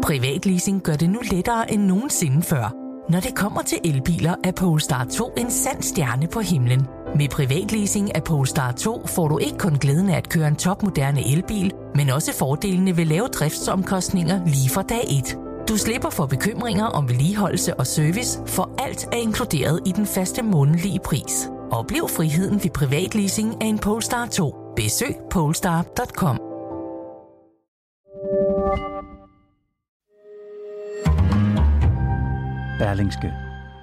Privatleasing gør det nu lettere end nogensinde før. Når det kommer til elbiler, er Polestar 2 en sand stjerne på himlen. Med privatleasing af Polestar 2 får du ikke kun glæden af at køre en topmoderne elbil, men også fordelene ved lave driftsomkostninger lige fra dag 1. Du slipper for bekymringer om vedligeholdelse og service, for alt er inkluderet i den faste månedlige pris. Oplev friheden ved privatleasing af en Polestar 2. Besøg polestar.com. Berlingske.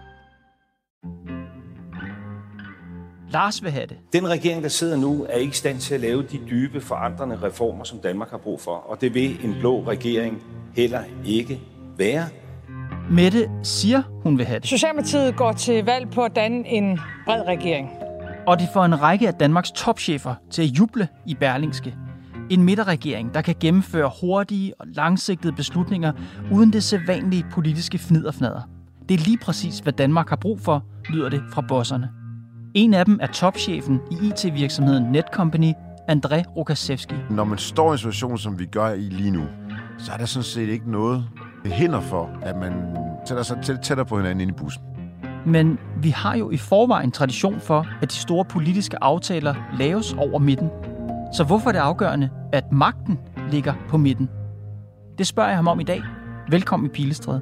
Lars vil have det. Den regering, der sidder nu, er ikke i stand til at lave de dybe, forandrende reformer, som Danmark har brug for. Og det vil en blå regering heller ikke være. Mette siger, hun vil have det. Socialdemokratiet går til valg på at danne en bred regering. Og det får en række af Danmarks topchefer til at juble i Berlingske. En midterregering, der kan gennemføre hurtige og langsigtede beslutninger uden det sædvanlige politiske fnidderfnader. Det er lige præcis, hvad Danmark har brug for, lyder det fra bosserne. En af dem er topchefen i IT-virksomheden Netcompany, André Rogasevski. Når man står i en situation, som vi gør i lige nu, så er der sådan set ikke noget hinder for, at man sætter sig tættere på hinanden ind i bussen. Men vi har jo i forvejen tradition for, at de store politiske aftaler laves over midten. Så hvorfor er det afgørende, at magten ligger på midten? Det spørger jeg ham om i dag. Velkommen i Pilestræde.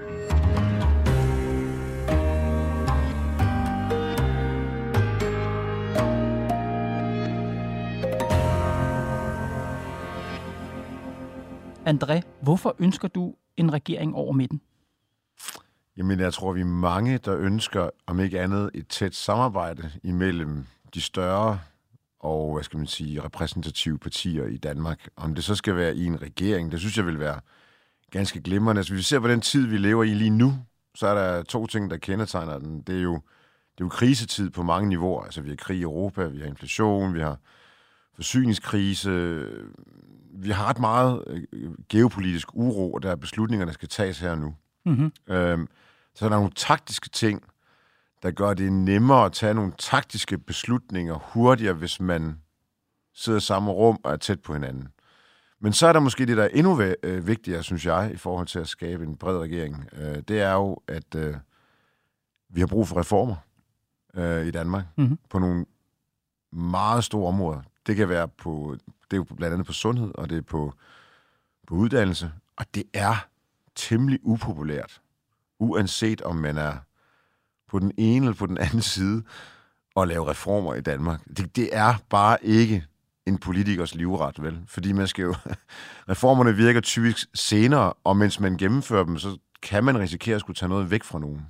André, hvorfor ønsker du en regering over midten? Jamen, jeg tror, vi er mange, der ønsker, om ikke andet, et tæt samarbejde imellem de større og, repræsentative partier i Danmark. Om det så skal være i en regering, det synes jeg vil være ganske glimrende. Altså, hvis vi ser på den tid, vi lever i lige nu, så er der 2 ting, der kendetegner den. Det er jo krisetid på mange niveauer. Altså, vi har krig i Europa, vi har inflation, vi har forsyningskrise, vi har ret meget geopolitisk uro, og der er beslutninger, der skal tages her nu. Mm-hmm. Så er der nogle taktiske ting, der gør det nemmere at tage nogle taktiske beslutninger hurtigere, hvis man sidder i samme rum og er tæt på hinanden. Men så er der måske det, der er endnu vigtigere, synes jeg, i forhold til at skabe en bred regering. Det er jo, at vi har brug for reformer i Danmark på nogle meget store områder. Det kan være det er jo blandt andet på sundhed, og det er på uddannelse. Og det er temmelig upopulært, uanset om man er på den ene eller på den anden side, at lave reformer i Danmark. Det er bare ikke en politikers livret, vel? Fordi man skal jo... Reformerne virker typisk senere, og mens man gennemfører dem, så kan man risikere at skulle tage noget væk fra nogen.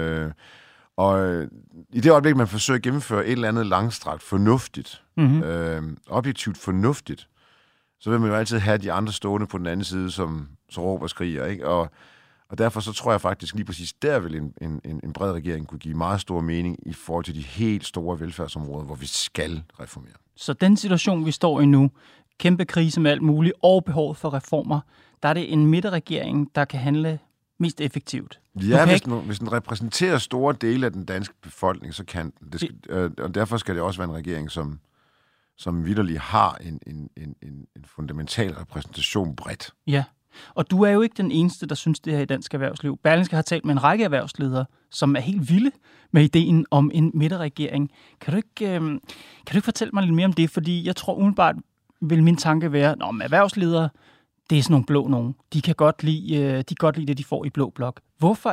Og i det øjeblik, man forsøger at gennemføre et eller andet langstrakt, fornuftigt, objektivt fornuftigt, så vil man jo altid have de andre stående på den anden side, som så råber og skriger, ikke? Og derfor så tror jeg faktisk lige præcis, der vil en bred regering kunne give meget stor mening i forhold til de helt store velfærdsområder, hvor vi skal reformere. Så den situation, vi står i nu, kæmpe krise med alt muligt, og behovet for reformer, der er det en midterregering, der kan handle mest effektivt. Ja, hvis den repræsenterer store dele af den danske befolkning, så kan den. Og derfor skal det også være en regering, som vitterlig har en fundamental repræsentation bredt. Ja, og du er jo ikke den eneste, der synes det her i dansk erhvervsliv. Berlingske har talt med en række erhvervsledere, som er helt vilde med ideen om en midterregering. Kan du ikke fortælle mig lidt mere om det? Fordi jeg tror umiddelbart vil min tanke være, at erhvervsledere, det er sådan nogle blå nogen. De kan godt lide det, de får i blå blok. Hvorfor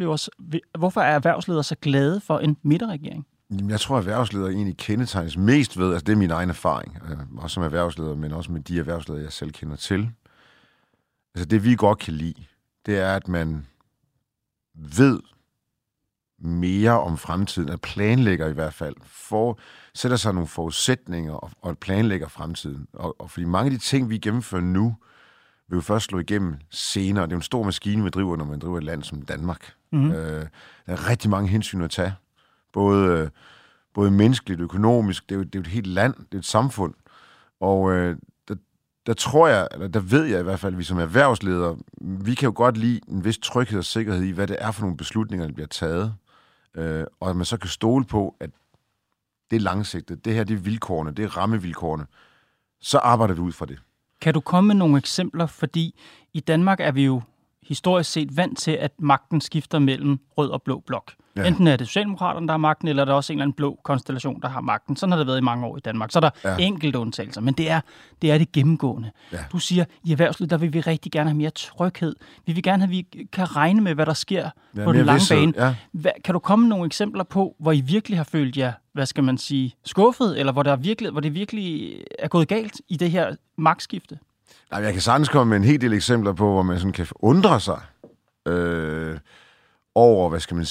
er erhvervsledere så glade for en midterregering? Jeg tror, at erhvervsledere egentlig kendetegnes mest ved, altså det er min egen erfaring, også som erhvervsleder, men også med de erhvervsledere, jeg selv kender til. Altså det, vi godt kan lide, det er, at man ved mere om fremtiden, at planlægger i hvert fald, sætter sig nogle forudsætninger og planlægger fremtiden. Og fordi mange af de ting, vi gennemfører nu, vil jo først slå igennem senere. Det er jo en stor maskine, vi driver, når man driver et land som Danmark. Mm-hmm. Der er rigtig mange hensyn at tage. Både menneskeligt, økonomisk. Det er jo et helt land, det er et samfund. Og der tror jeg, eller der ved jeg i hvert fald, at vi som erhvervsledere, vi kan jo godt lide en vis tryghed og sikkerhed i, hvad det er for nogle beslutninger, der bliver taget. Og at man så kan stole på, at det er langsigtet. Det her, det er vilkårene, det er rammevilkårene. Så arbejder vi ud fra det. Kan du komme med nogle eksempler? Fordi i Danmark er vi jo historisk set vant til, at magten skifter mellem rød og blå blok. Ja. Enten er det Socialdemokraterne, der har magten, eller er der også en eller anden blå konstellation, der har magten. Sådan har det været i mange år i Danmark. Så er der enkelte undtagelser, men det er det gennemgående. Ja. Du siger, i erhvervslivet, der vil vi rigtig gerne have mere tryghed. Vi vil gerne have, at vi kan regne med, hvad der sker på den lange bane. Ja. Kan du komme med nogle eksempler på, hvor I virkelig har følt jer, skuffet, eller hvor det virkelig er gået galt i det her magtskifte? Nej, jeg kan sagtens komme med en hel del eksempler på, hvor man sådan kan undre sig over,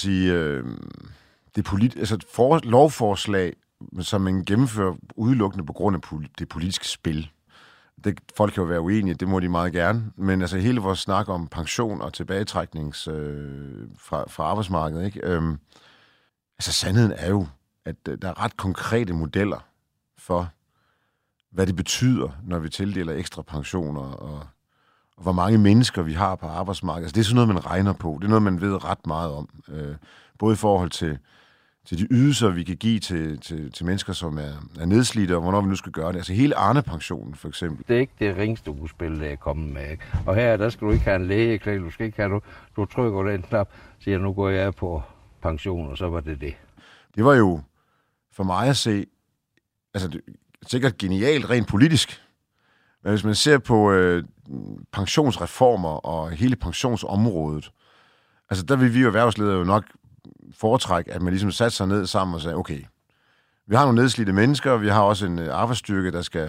lovforslag, som man gennemfører udelukkende på grund af det politiske spil. Folk kan jo være uenige, det må de meget gerne, men altså hele vores snak om pension og tilbagetrækning fra arbejdsmarkedet, ikke? Sandheden er jo, at der er ret konkrete modeller for, hvad det betyder, når vi tildeler ekstra pensioner, og hvor mange mennesker vi har på arbejdsmarkedet. Altså, det er sådan noget, man regner på. Det er noget, man ved ret meget om. Både i forhold til de ydelser, vi kan give til mennesker, som er nedslidte, og hvornår vi nu skal gøre det. Altså hele Arne-pensionen, for eksempel. Det er ikke det ringstuespil, der er kommet med. Og her, der skal du ikke have en lægeklæde, du skal ikke have du trykker den knap, siger, nu går jeg på pension, og så var det det. Det var jo, for mig at se, altså sikkert genialt rent politisk. Men hvis man ser på pensionsreformer og hele pensionsområdet, altså der vil vi jo erhvervsledere jo nok foretrække, at man ligesom satte sig ned sammen og sagde, okay, vi har nogle nedslidte mennesker, og vi har også en arbejdsstyrke,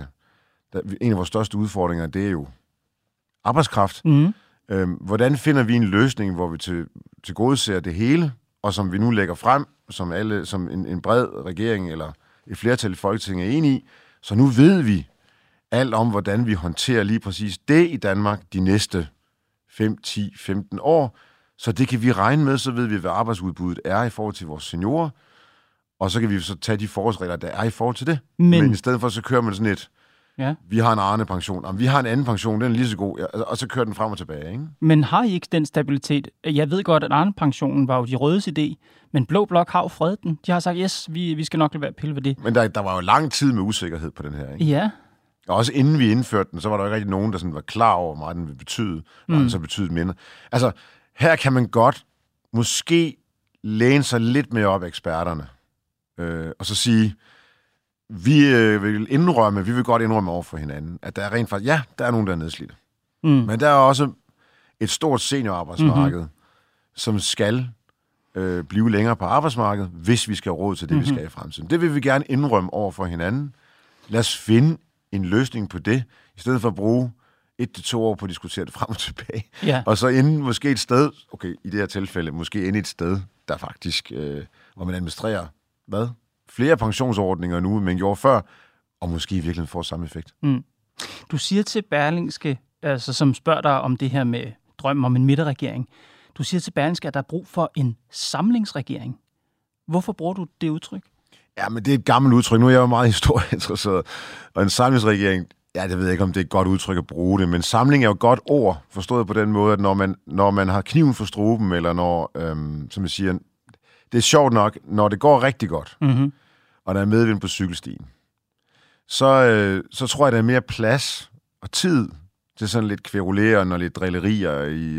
en af vores største udfordringer, det er jo arbejdskraft. Hvordan finder vi en løsning, hvor vi tilgodeser det hele, og som vi nu lægger frem, som en bred regering eller et flertal i Folketinget er enige i, så nu ved vi alt om, hvordan vi håndterer lige præcis det i Danmark de næste 5, 10, 15 år. Så det kan vi regne med, så ved vi, hvad arbejdsudbuddet er i forhold til vores seniorer, og så kan vi så tage de forholdsregler, der er i forhold til det. Men i stedet for, så kører man sådan et, vi har en Arne-pension, og vi har en anden pension, den er lige så god, og så kører den frem og tilbage, ikke? Men har I ikke den stabilitet? Jeg ved godt, at Arne-pensionen var jo de rødes idé, men Blå Blok har jo fredet den. De har sagt, yes, vi skal nok lade være pille ved det. Men der var jo lang tid med usikkerhed på den her, ikke? Ja. Og også inden vi indførte den, så var der jo ikke rigtig nogen, der sådan var klar over, hvor meget den ville betyde, og den så betydede mindre. Altså, her kan man godt måske læne sig lidt mere op af eksperterne, og så sige, vi vil godt indrømme over for hinanden, at der er rent faktisk, der er nogen, der er nedslidte. Men der er også et stort seniorarbejdsmarked, som skal blive længere på arbejdsmarkedet, hvis vi skal have råd til det, vi skal i fremtiden. Det vil vi gerne indrømme over for hinanden. Lad os finde en løsning på det, i stedet for at bruge 1 til 2 år på at diskutere det frem og tilbage. Ja. Og så inden måske et sted, okay, i det her tilfælde, måske inden et sted, der faktisk, hvor man administrerer, flere pensionsordninger nu, men gjorde før, og måske i virkeligheden får samme effekt. Du siger til Berlingske, altså, som spørger dig om det her med drømmen om en midterregering, du siger til Berlingske, at der er brug for en samlingsregering. Hvorfor bruger du det udtryk? Ja, men det er et gammelt udtryk. Nu er jeg jo meget historieinteresseret. Og en samlingsregering, det ved jeg ikke, om det er et godt udtryk at bruge det, men samling er jo et godt ord, forstået på den måde, at når man har kniven for struben, eller når, som jeg siger, det er sjovt nok, når det går rigtig godt, og der er medvind på cykelstien, så tror jeg, der er mere plads og tid til sådan lidt kveruleren og lidt drillerier i,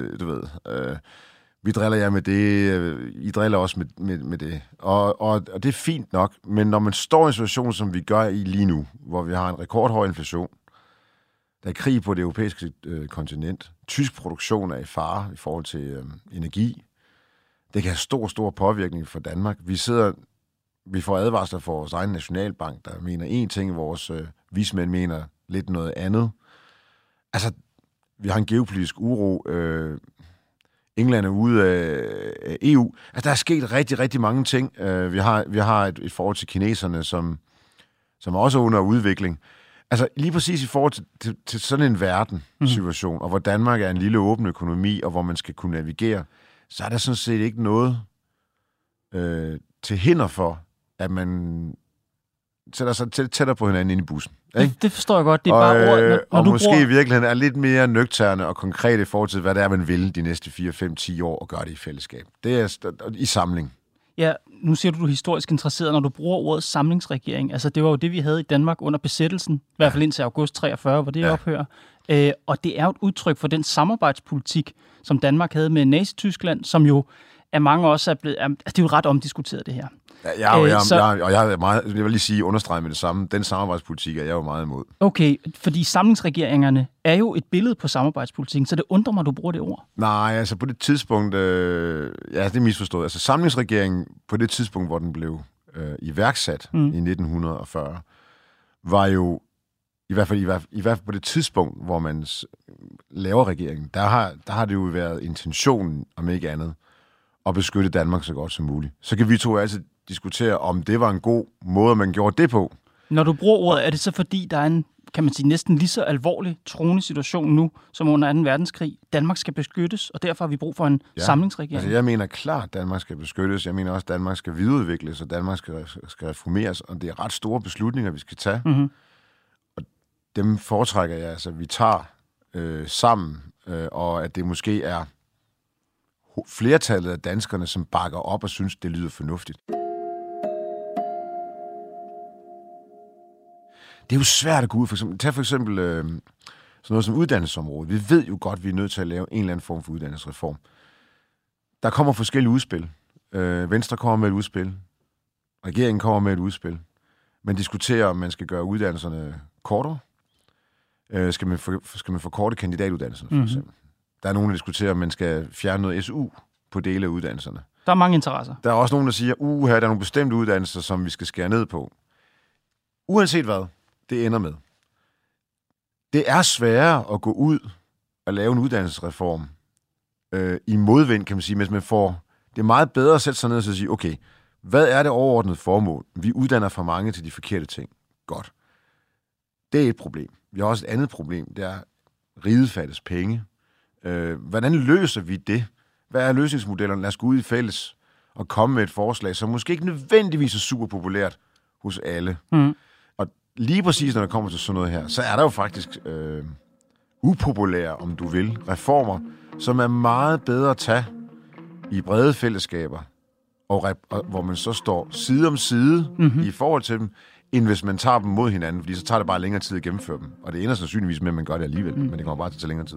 vi driller jer med det, I driller også med det. Og det er fint nok, men når man står i en situation, som vi gør i lige nu, hvor vi har en rekordhøj inflation, der er krig på det europæiske kontinent, tysk produktion er i fare i forhold til energi, det kan have stor påvirkning for Danmark. Vi får advarsler fra vores egen nationalbank, der mener en ting, vores vismænd mener lidt noget andet. Altså, vi har en geopolitisk uro, England er ude af EU. Altså, der er sket rigtig, rigtig mange ting. Vi har et forhold til kineserne, som også er under udvikling. Altså, lige præcis i forhold til sådan en verdenssituation, og hvor Danmark er en lille åben økonomi, og hvor man skal kunne navigere, så er der sådan set ikke noget til hinder for, at man sætter sig tættere på hinanden ind i bussen. Ikke? Det forstår jeg godt. Det er bare ord, og måske i virkeligheden er lidt mere nøgterne og konkrete i forhold til, hvad det er, man vil de næste 4, 5, 10 år, og gøre det i fællesskab. Det er i samling. Ja, nu siger du er historisk interesseret, når du bruger ordet samlingsregering. Altså, det var jo det, vi havde i Danmark under besættelsen, i hvert fald indtil august 43, hvor det ophører. Og det er jo et udtryk for den samarbejdspolitik, som Danmark havde med Nazi-Tyskland, som jo af mange også er blevet... Altså, det er jo ret omdiskuteret, det her. Jeg vil lige sige, understrege med det samme, den samarbejdspolitik er jeg jo meget imod. Okay, fordi samlingsregeringerne er jo et billede på samarbejdspolitikken, så det undrer mig, du bruger det ord. Nej, altså på det tidspunkt... det er misforstået. Altså samlingsregeringen på det tidspunkt, hvor den blev iværksat i 1940, var jo i hvert fald på det tidspunkt, hvor man laver regeringen, der har det jo været intentionen, om ikke andet, at beskytte Danmark så godt som muligt. Så kan vi to altid diskutere, om det var en god måde, man gjorde det på. Når du bruger ordet, er det så fordi, der er en, kan man sige, næsten lige så alvorlig truende situation nu, som under 2. verdenskrig. Danmark skal beskyttes, og derfor har vi brug for en samlingsregering. Altså jeg mener klart, at Danmark skal beskyttes. Jeg mener også, at Danmark skal videreudvikles, og Danmark skal reformeres, og det er ret store beslutninger, vi skal tage. Mm-hmm. Og dem foretrækker jeg, altså vi tager sammen, og at det måske er flertallet af danskerne, som bakker op og synes, det lyder fornuftigt. Det er jo svært at gå ud. Tag for eksempel sådan noget som uddannelsesområdet. Vi ved jo godt, at vi er nødt til at lave en eller anden form for uddannelsesreform. Der kommer forskellige udspil. Venstre kommer med et udspil. Regeringen kommer med et udspil. Man diskuterer, om man skal gøre uddannelserne kortere. Skal man forkorte kandidatuddannelserne, for eksempel. Der er nogen, der diskuterer, om man skal fjerne noget SU på dele af uddannelserne. Der er mange interesser. Der er også nogen, der siger, her er der nogle bestemte uddannelser, som vi skal skære ned på. Uanset hvad det ender med. Det er sværere at gå ud og lave en uddannelsesreform i modvind, kan man sige, hvis man får... Det er meget bedre at sætte sig ned og sige, okay, hvad er det overordnede formål? Vi uddanner for mange til de forkerte ting. Godt. Det er et problem. Vi har også et andet problem, det er riget fattes penge. Hvordan løser vi det? Hvad er løsningsmodellerne? Lad os gå ud i fælles og komme med et forslag, som måske ikke nødvendigvis er super populært hos alle. Og lige præcis når det kommer til sådan noget her, så er der jo faktisk upopulære, om du vil, reformer, som er meget bedre at tage i brede fællesskaber, og hvor man så står side om side i forhold til dem, end hvis man tager dem mod hinanden, fordi så tager det bare længere tid at gennemføre dem. Og det ender sandsynligvis med, at man gør det alligevel, men det kommer bare til at tage længere tid.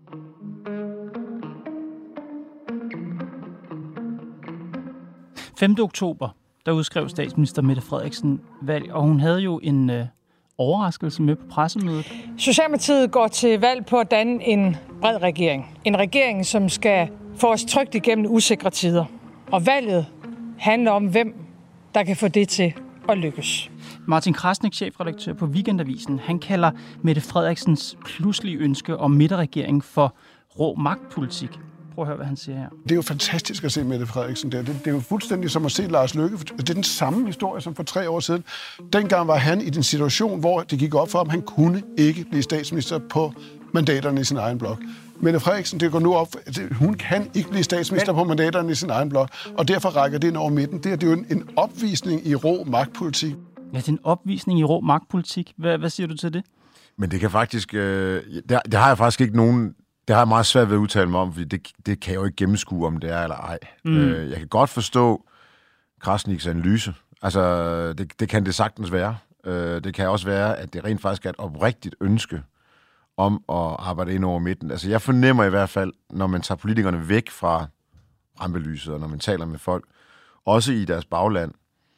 5. oktober, der udskrev statsminister Mette Frederiksen valg, og hun havde jo en overraskelse med på pressemødet. Socialdemokratiet går til valg på at danne en bred regering. En regering, som skal få os trygt igennem usikre tider. Og valget handler om, hvem der kan få det til at lykkes. Martin Krasnik, chefredaktør på Weekendavisen, han kalder Mette Frederiksens pludselige ønske om midterregering for rå magtpolitik. Prøv at høre, hvad han siger her. Det er jo fantastisk at se Mette Frederiksen der. Det er jo fuldstændig som at se Lars Løkke. Det er den samme historie som for 3 år siden. Dengang var han i den situation, hvor det gik op for ham, han kunne ikke blive statsminister på mandaterne i sin egen blok. Mette Frederiksen, det går nu op, hun kan ikke blive statsminister på mandaterne i sin egen blok, og derfor rækker det ind over midten. Det er jo en opvisning i rå magtpolitik. Ja, det er en opvisning i rå magtpolitik. Hvad siger du til det? Men det kan faktisk... det har jeg faktisk ikke nogen... Det har jeg meget svært ved at udtale mig om, fordi det kan jeg jo ikke gennemskue, om det er eller ej. Jeg kan godt forstå Krasniks analyse. Altså, det kan det sagtens være. Det kan også være, at det rent faktisk er et oprigtigt ønske om at arbejde ind over midten. Altså, jeg fornemmer i hvert fald, når man tager politikerne væk fra rampelyset, og når man taler med folk, også i deres bagland,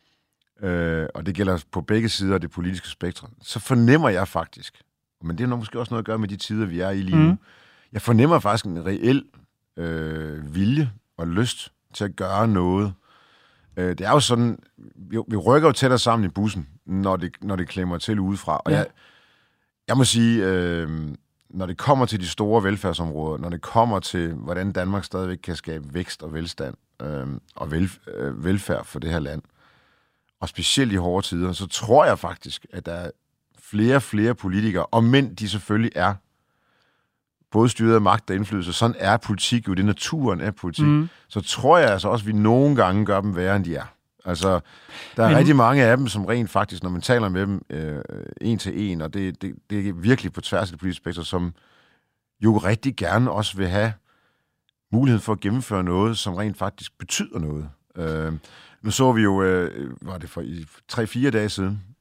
og det gælder på begge sider af det politiske spektrum, så fornemmer jeg faktisk, men det har måske også noget at gøre med de tider, vi er i lige nu, jeg fornemmer faktisk en reel vilje og lyst til at gøre noget. Det er jo sådan, vi rykker jo tættere sammen i bussen, når det klemmer til udefra. Og jeg må sige, når det kommer til de store velfærdsområder, når det kommer til, hvordan Danmark stadigvæk kan skabe vækst og velstand og velfærd for det her land, og specielt i hårde tider, så tror jeg faktisk, at der er flere politikere, og mænd de selvfølgelig er, både styret af magt og indflydelse, sådan er politik jo, det er naturen af politik, så tror jeg altså også, at vi nogle gange gør dem værre, end de er. Altså, der er rigtig mange af dem, som rent faktisk, når man taler med dem en til en, og det er virkelig på tværs af det politiske spektrum, som jo rigtig gerne også vil have mulighed for at gennemføre noget, som rent faktisk betyder noget. Nu så vi jo, var det for 3-4 dage siden,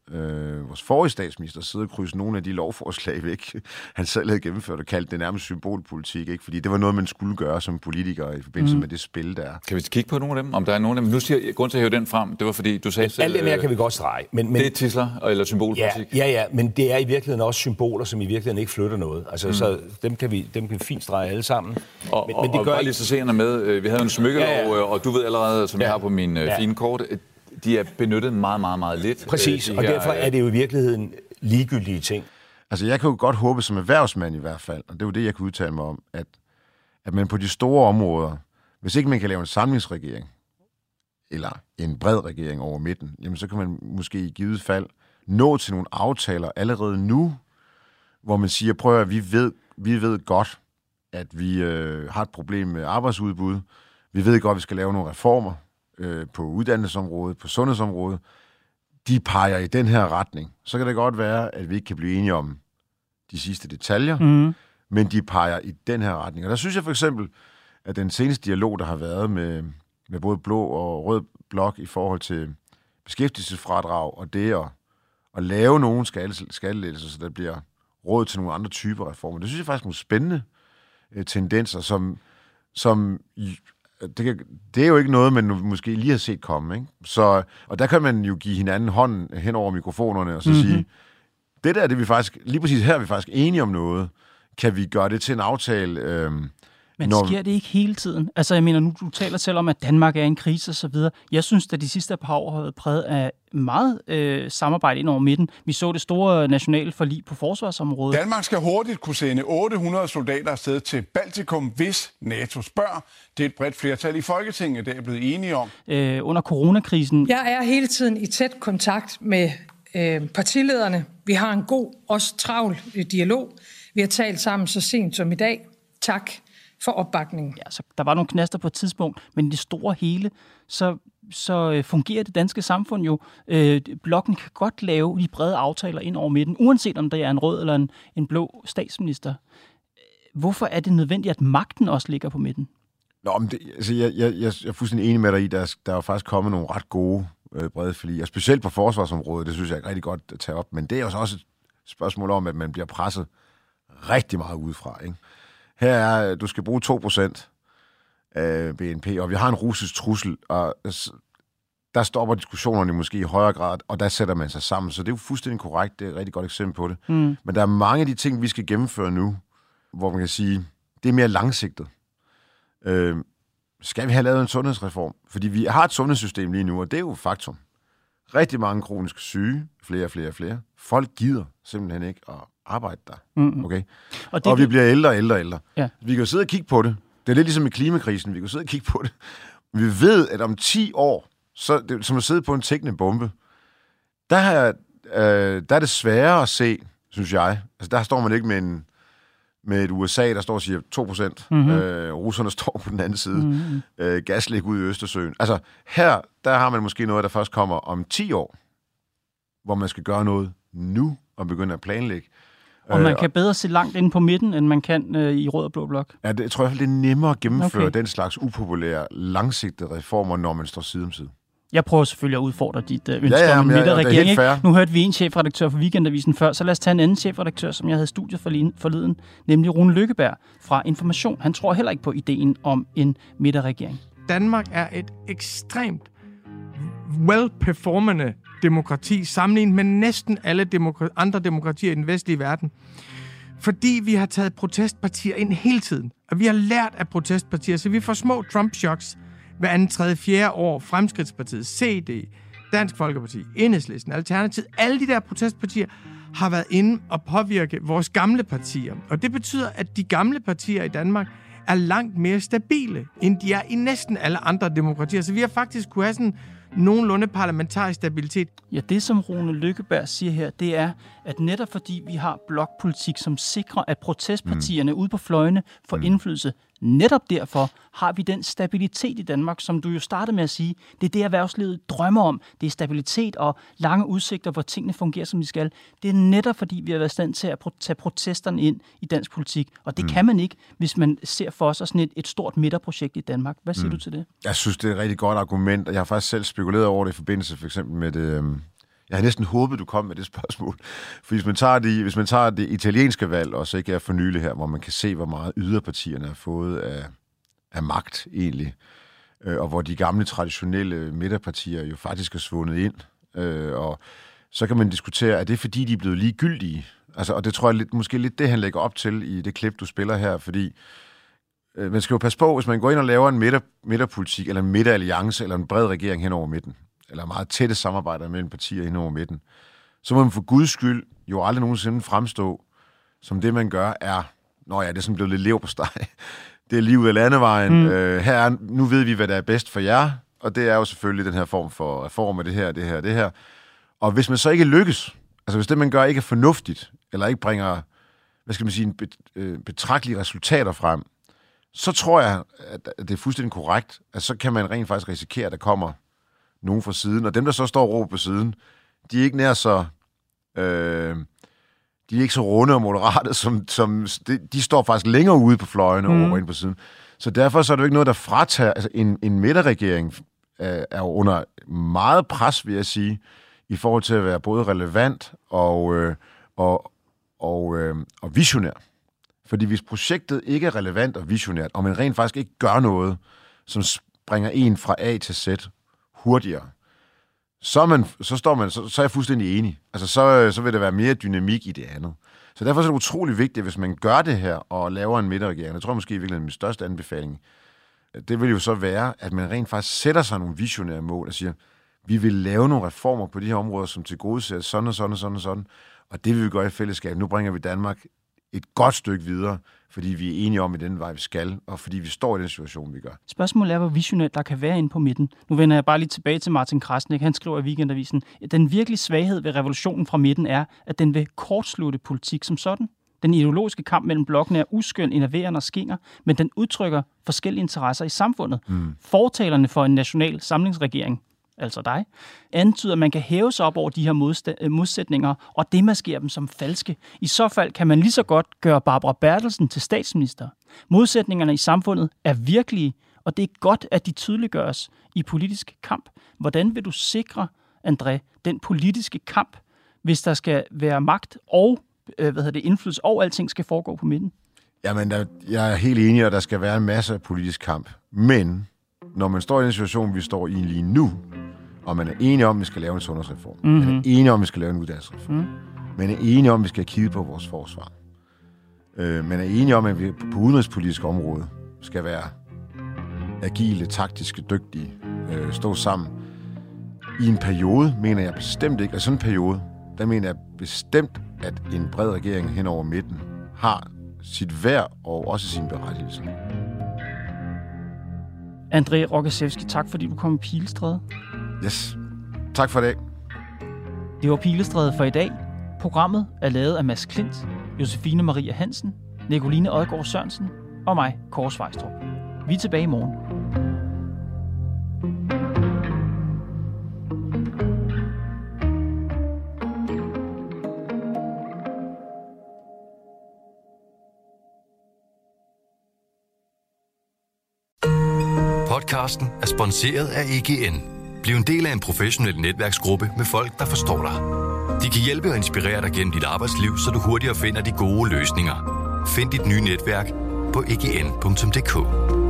vores forrige statsminister sidde og krydse nogle af de lovforslag væk, han selv havde gennemført og kaldt det nærmest symbolpolitik, ikke? Fordi det var noget, man skulle gøre som politiker i forbindelse med det spil, der er. Kan vi kigge på nogle af dem? Om der er nogle af dem? Nu siger jeg, grund til at hæve den frem, det var fordi, du sagde selv... Alt det mere kan vi godt strege. Men det er tidsler eller symbolpolitik? Ja, men det er i virkeligheden også symboler, som i virkeligheden ikke flytter noget. Altså, så dem kan vi fint strege alle sammen. Men det gør bare lige så seerne med. Vi havde en smykkelov, og du ved allerede, som jeg har på min fine kort, de er benyttet meget, meget, meget lidt. Præcis, og derfor er det jo i virkeligheden ligegyldige ting. Altså, jeg kan jo godt håbe som erhvervsmand i hvert fald, og det er jo det, jeg kan udtale mig om, at man på de store områder, hvis ikke man kan lave en samlingsregering, eller en bred regering over midten, jamen så kan man måske i givet fald nå til nogle aftaler allerede nu, hvor man siger, prøv at vi ved godt, at vi har et problem med arbejdsudbud. Vi ved godt, at vi skal lave nogle reformer på uddannelsesområdet, på sundhedsområdet. De peger i den her retning. Så kan det godt være, at vi ikke kan blive enige om de sidste detaljer, men de peger i den her retning. Og der synes jeg for eksempel, at den seneste dialog, der har været med både blå og rød blok i forhold til beskæftigelsesfradrag og det at lave nogle skattelettelser, så der bliver råd til nogle andre typer reformer. Det synes jeg faktisk er nogle spændende tendenser, som det er jo ikke noget, man måske lige har set komme, ikke? Så, og der kan man jo give hinanden hånden hen over mikrofonerne og så sige, det er vi faktisk, lige præcis her er vi faktisk enige om noget. Kan vi gøre det til en aftale? Men sker det ikke hele tiden? Altså, jeg mener, nu du taler selv om, at Danmark er i en krise og så videre. Jeg synes, at de sidste par år har været præget af meget samarbejde ind over midten. Vi så det store nationale forlig på forsvarsområdet. Danmark skal hurtigt kunne sende 800 soldater afsted til Baltikum, hvis NATO spørger. Det er et bredt flertal i Folketinget, det er blevet enige om. Under coronakrisen. Jeg er hele tiden i tæt kontakt med partilederne. Vi har en god, også travl dialog. Vi har talt sammen så sent som i dag. Tak for opbakningen. Ja, så der var nogle knaster på et tidspunkt, men i det store hele, så fungerer det danske samfund jo. Blokken kan godt lave de brede aftaler ind over midten, uanset om der er en rød eller en blå statsminister. Hvorfor er det nødvendigt, at magten også ligger på midten? Nå, men jeg er fuldstændig enig med dig i, der er faktisk kommet nogle ret gode brede forlig, og specielt på forsvarsområdet, det synes jeg er rigtig godt at tage op, men det er også et spørgsmål om, at man bliver presset rigtig meget udefra, ikke? Her er, du skal bruge 2% af BNP, og vi har en russisk trussel, og der stopper diskussionerne måske i højere grad, og der sætter man sig sammen. Så det er jo fuldstændig korrekt, det er et rigtig godt eksempel på det. Men der er mange af de ting, vi skal gennemføre nu, hvor man kan sige, det er mere langsigtet. Skal vi have lavet en sundhedsreform? Fordi vi har et sundhedssystem lige nu, og det er jo faktum. Rigtig mange kroniske syge, flere. Folk gider simpelthen ikke at arbejde der. Okay? Og vi bliver ældre og ældre. Ja. Vi kan jo sidde og kigge på det. Det er lidt ligesom med klimakrisen. Vi kan jo sidde og kigge på det. Vi ved, at om 10 år, så det, som at sidde på en tikkende bombe, der er det sværere at se, synes jeg. Altså, der står man ikke med et USA, der står og siger 2%. Russerne står på den anden side. Gaslæg ud i Østersøen. Altså, her, der har man måske noget, der først kommer om 10 år, hvor man skal gøre noget nu og begynde at planlægge. Og man kan bedre se langt inde på midten, end man kan i rød og blå blok. Ja, det tror jeg, det er nemmere at gennemføre den slags upopulære, langsigtede reformer, når man står side om side. Jeg prøver selvfølgelig at udfordre dit ønske om en midterregering. Nu hørte vi en chefredaktør for Weekendavisen før, så lad os tage en anden chefredaktør, som jeg havde studiet forleden, nemlig Rune Lykkeberg fra Information. Han tror heller ikke på ideen om en midterregering. Danmark er et ekstremt well-performende demokrati, sammenlignet med næsten alle andre demokratier i den vestlige verden. Fordi vi har taget protestpartier ind hele tiden, og vi har lært af protestpartier, så vi får små Trump-shocks hver anden, tredje, fjerde år. Fremskridtspartiet, CD, Dansk Folkeparti, Enhedslisten, Alternativet, alle de der protestpartier har været inde og påvirke vores gamle partier. Og det betyder, at de gamle partier i Danmark er langt mere stabile, end de er i næsten alle andre demokratier. Så vi har faktisk kunne have sådan nogenlunde parlamentarisk stabilitet. Ja, det som Rune Lykkeberg siger her, det er, at netop fordi vi har blokpolitik, som sikrer, at protestpartierne ude på fløjene får indflydelse, netop derfor har vi den stabilitet i Danmark, som du jo startede med at sige. Det er det, erhvervslivet drømmer om. Det er stabilitet og lange udsigter, hvor tingene fungerer, som de skal. Det er netop fordi, vi har været i stand til at tage protesterne ind i dansk politik. Og det kan man ikke, hvis man ser for sig sådan et stort midterprojekt i Danmark. Hvad siger du til det? Jeg synes, det er et rigtig godt argument, og jeg har faktisk selv spekuleret over det i forbindelse for eksempel med det. Jeg har næsten håbet, du kom med det spørgsmål. For hvis man tager det italienske valg, og så ikke er for nylig her, hvor man kan se, hvor meget yderpartierne har fået af magt egentlig, og hvor de gamle, traditionelle midterpartier jo faktisk er svundet ind. Og så kan man diskutere, er det fordi, de er blevet ligegyldige? Altså, og det tror jeg måske lidt det, han lægger op til i det klip, du spiller her, fordi man skal jo passe på, hvis man går ind og laver en midterpolitik, eller en midteralliance, eller en bred regering hen over midten, eller meget tætte samarbejder mellem partier hen over midten, så må man for guds skyld jo aldrig nogensinde fremstå, som det, man gør, er, det er sådan blevet lidt leverpostej. Det er livet af landevejen. Nu ved vi, hvad der er bedst for jer, og det er jo selvfølgelig den her form for reform af det her. Og hvis man så ikke lykkes, altså hvis det, man gør, ikke er fornuftigt, eller ikke bringer, betragtelige resultater frem, så tror jeg, at det er fuldstændig korrekt, at så kan man rent faktisk risikere, at der kommer nogen fra siden. Og dem, der så står og råber på siden, de er ikke nær så... de er ikke så runde og moderate, som de står faktisk længere ude på fløjene og råber ind på siden. Så derfor så er det jo ikke noget, der fratager... Altså en midterregering er jo under meget pres, vil jeg sige, i forhold til at være både relevant og visionær. Fordi hvis projektet ikke er relevant og visionært, og man rent faktisk ikke gør noget, som springer en fra A til Z hurtigere, så er jeg fuldstændig enig. Altså, så vil der være mere dynamik i det andet. Så derfor er det utrolig vigtigt, hvis man gør det her og laver en midterregering. Jeg tror måske i virkeligheden min største anbefaling, det vil jo så være, at man rent faktisk sætter sig nogle visionære mål og siger, vi vil lave nogle reformer på de her områder, som tilgodeser sådan og sådan og sådan og sådan. Og det vil vi gøre i fællesskab. Nu bringer vi Danmark et godt stykke videre, fordi vi er enige om, i den vej vi skal, og fordi vi står i den situation, vi gør. Spørgsmålet er, hvor visionært der kan være inde på midten. Nu vender jeg bare lige tilbage til Martin Krasnik. Han skriver i Weekendavisen, at den virkelige svaghed ved revolutionen fra midten er, at den vil kortslutte politik som sådan. Den ideologiske kamp mellem blokkene er uskøn, enerverende og skinger, men den udtrykker forskellige interesser i samfundet. Fortalerne for en national samlingsregering, altså dig, antyder, at man kan hæve sig op over de her modsætninger og demaskere dem som falske. I så fald kan man lige så godt gøre Barbara Bertelsen til statsminister. Modsætningerne i samfundet er virkelige, og det er godt, at de tydeliggøres i politisk kamp. Hvordan vil du sikre, André, den politiske kamp, hvis der skal være magt og indflydelse, og alting skal foregå på midten? Jamen, jeg er helt enig, at der skal være en masse politisk kamp. Men når man står i den situation, vi står i lige nu, og man er enige om, at vi skal lave en sundhedsreform, man er enige om, at vi skal lave en uddannelsesreform, man er enige om, at vi skal kigge på vores forsvar, man er enige om, at vi på udenrigspolitisk område skal være agile, taktiske, dygtige, stå sammen. I en periode mener jeg bestemt ikke, og sådan en periode, der mener jeg bestemt, at en bred regering hen over midten har sit værd og også sin berettigelse. André Rogaczewski, tak fordi du kom i Pilestræde. Yes. Tak for det. Det var Pilestræde for i dag. Programmet er lavet af Mads Klint, Josefine Maria Hansen, Nicoline Odgaard Sørensen og mig, Kåre Svejstrup. Vi er tilbage i morgen. Podcasten er sponsoreret af EGN. Bliv en del af en professionel netværksgruppe med folk, der forstår dig. De kan hjælpe og inspirere dig gennem dit arbejdsliv, så du hurtigere finder de gode løsninger. Find dit nye netværk på egn.dk.